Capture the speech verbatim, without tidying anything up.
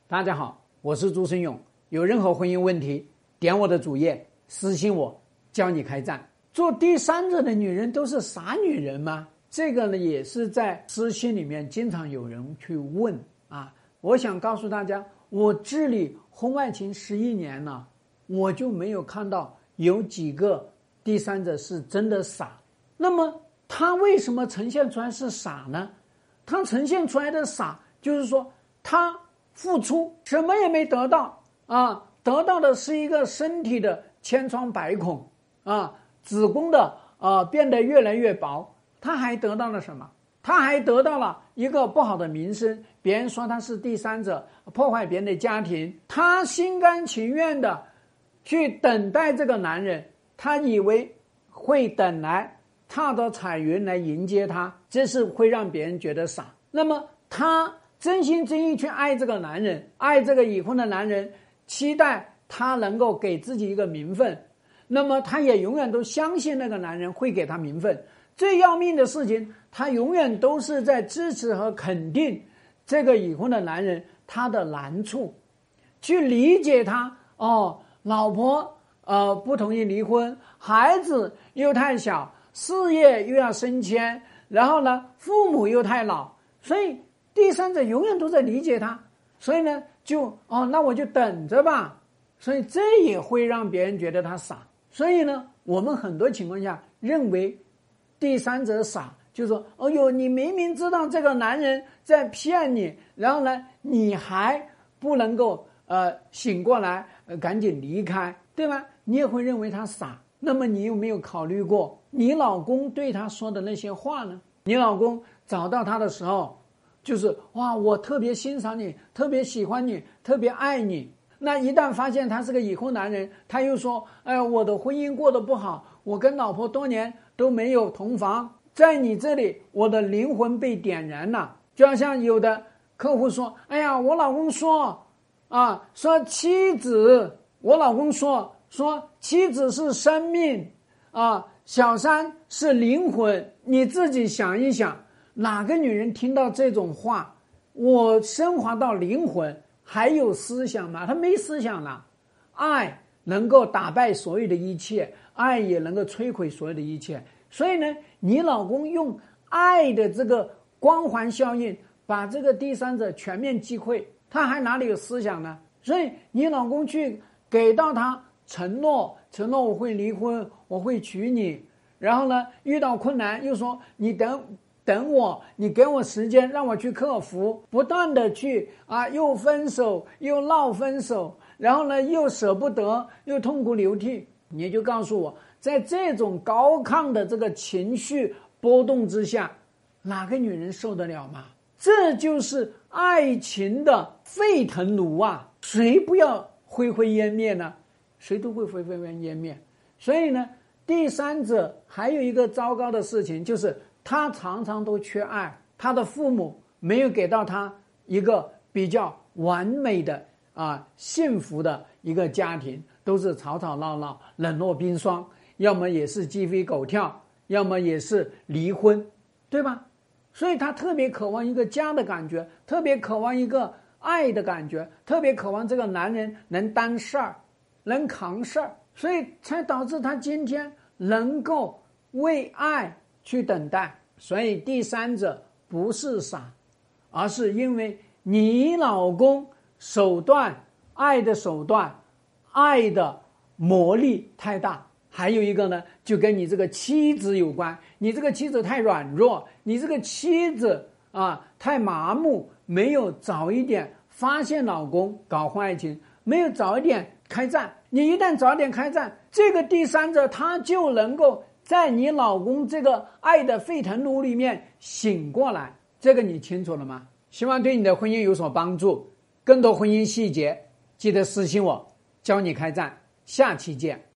大家好，我是朱生勇。有任何婚姻问题，点我的主页私信我，教你开战。做第三者的女人都是傻女人吗？这个呢，也是在私信里面经常有人去问啊。我想告诉大家，我治理婚外情十一年了，我就没有看到有几个第三者是真的傻。那么他为什么呈现出来是傻呢？他呈现出来的傻，就是说他付出什么也没得到啊，得到的是一个身体的千疮百孔啊，子宫的啊变得越来越薄。他还得到了什么？他还得到了一个不好的名声，别人说他是第三者，破坏别人的家庭。他心甘情愿的去等待这个男人，他以为会等来踏着彩云来迎接他，这是会让别人觉得傻。那么他真心真意去爱这个男人，爱这个已婚的男人，期待他能够给自己一个名分，那么他也永远都相信那个男人会给他名分。最要命的事情，他永远都是在支持和肯定这个已婚的男人他的难处，去理解他。哦，老婆呃不同意离婚，孩子又太小，事业又要升迁，然后呢父母又太老，所以第三者永远都在理解他，所以呢就哦那我就等着吧，所以这也会让别人觉得他傻。所以呢我们很多情况下认为第三者傻，就是说哦哟，你明明知道这个男人在骗你，然后呢你还不能够呃醒过来，呃赶紧离开，对吧？你也会认为他傻。那么你有没有考虑过你老公对他说的那些话呢？你老公找到他的时候就是哇，我特别欣赏你，特别喜欢你，特别爱你。那一旦发现他是个已婚男人，他又说哎，我的婚姻过得不好，我跟老婆多年都没有同房，在你这里我的灵魂被点燃了。就好像有的客户说，哎呀，我老公说啊，说妻子，我老公说说妻子是生命啊，小三是灵魂。你自己想一想，哪个女人听到这种话，我升华到灵魂还有思想吗？她没思想了。爱能够打败所有的一切，爱也能够摧毁所有的一切。所以呢，你老公用爱的这个光环效应把这个第三者全面击溃，他还哪里有思想呢？所以你老公去给到他承诺，承诺我会离婚，我会娶你，然后呢遇到困难又说你等等我，你给我时间让我去克服，不断的去啊又分手又闹分手，然后呢又舍不得，又痛哭流涕。你就告诉我，在这种高亢的这个情绪波动之下，哪个女人受得了吗？这就是爱情的沸腾炉啊，谁不要灰灰烟灭呢？谁都会灰灰烟灭。所以呢，第三者还有一个糟糕的事情，就是他常常都缺爱，他的父母没有给到他一个比较完美的啊幸福的一个家庭，都是吵吵闹闹，冷若冰霜，要么也是鸡飞狗跳，要么也是离婚，对吧？所以他特别渴望一个家的感觉，特别渴望一个爱的感觉，特别渴望这个男人能担事儿，能扛事儿，所以才导致他今天能够为爱去等待。所以第三者不是傻，而是因为你老公手段，爱的手段，爱的魔力太大。还有一个呢，就跟你这个妻子有关，你这个妻子太软弱，你这个妻子啊太麻木，没有早一点发现老公搞婚外情，没有早一点开战。你一旦早点开战，这个第三者他就能够在你老公这个爱的沸腾炉里面醒过来。这个你清楚了吗？希望对你的婚姻有所帮助。更多婚姻细节记得私信我，教你开战。下期见。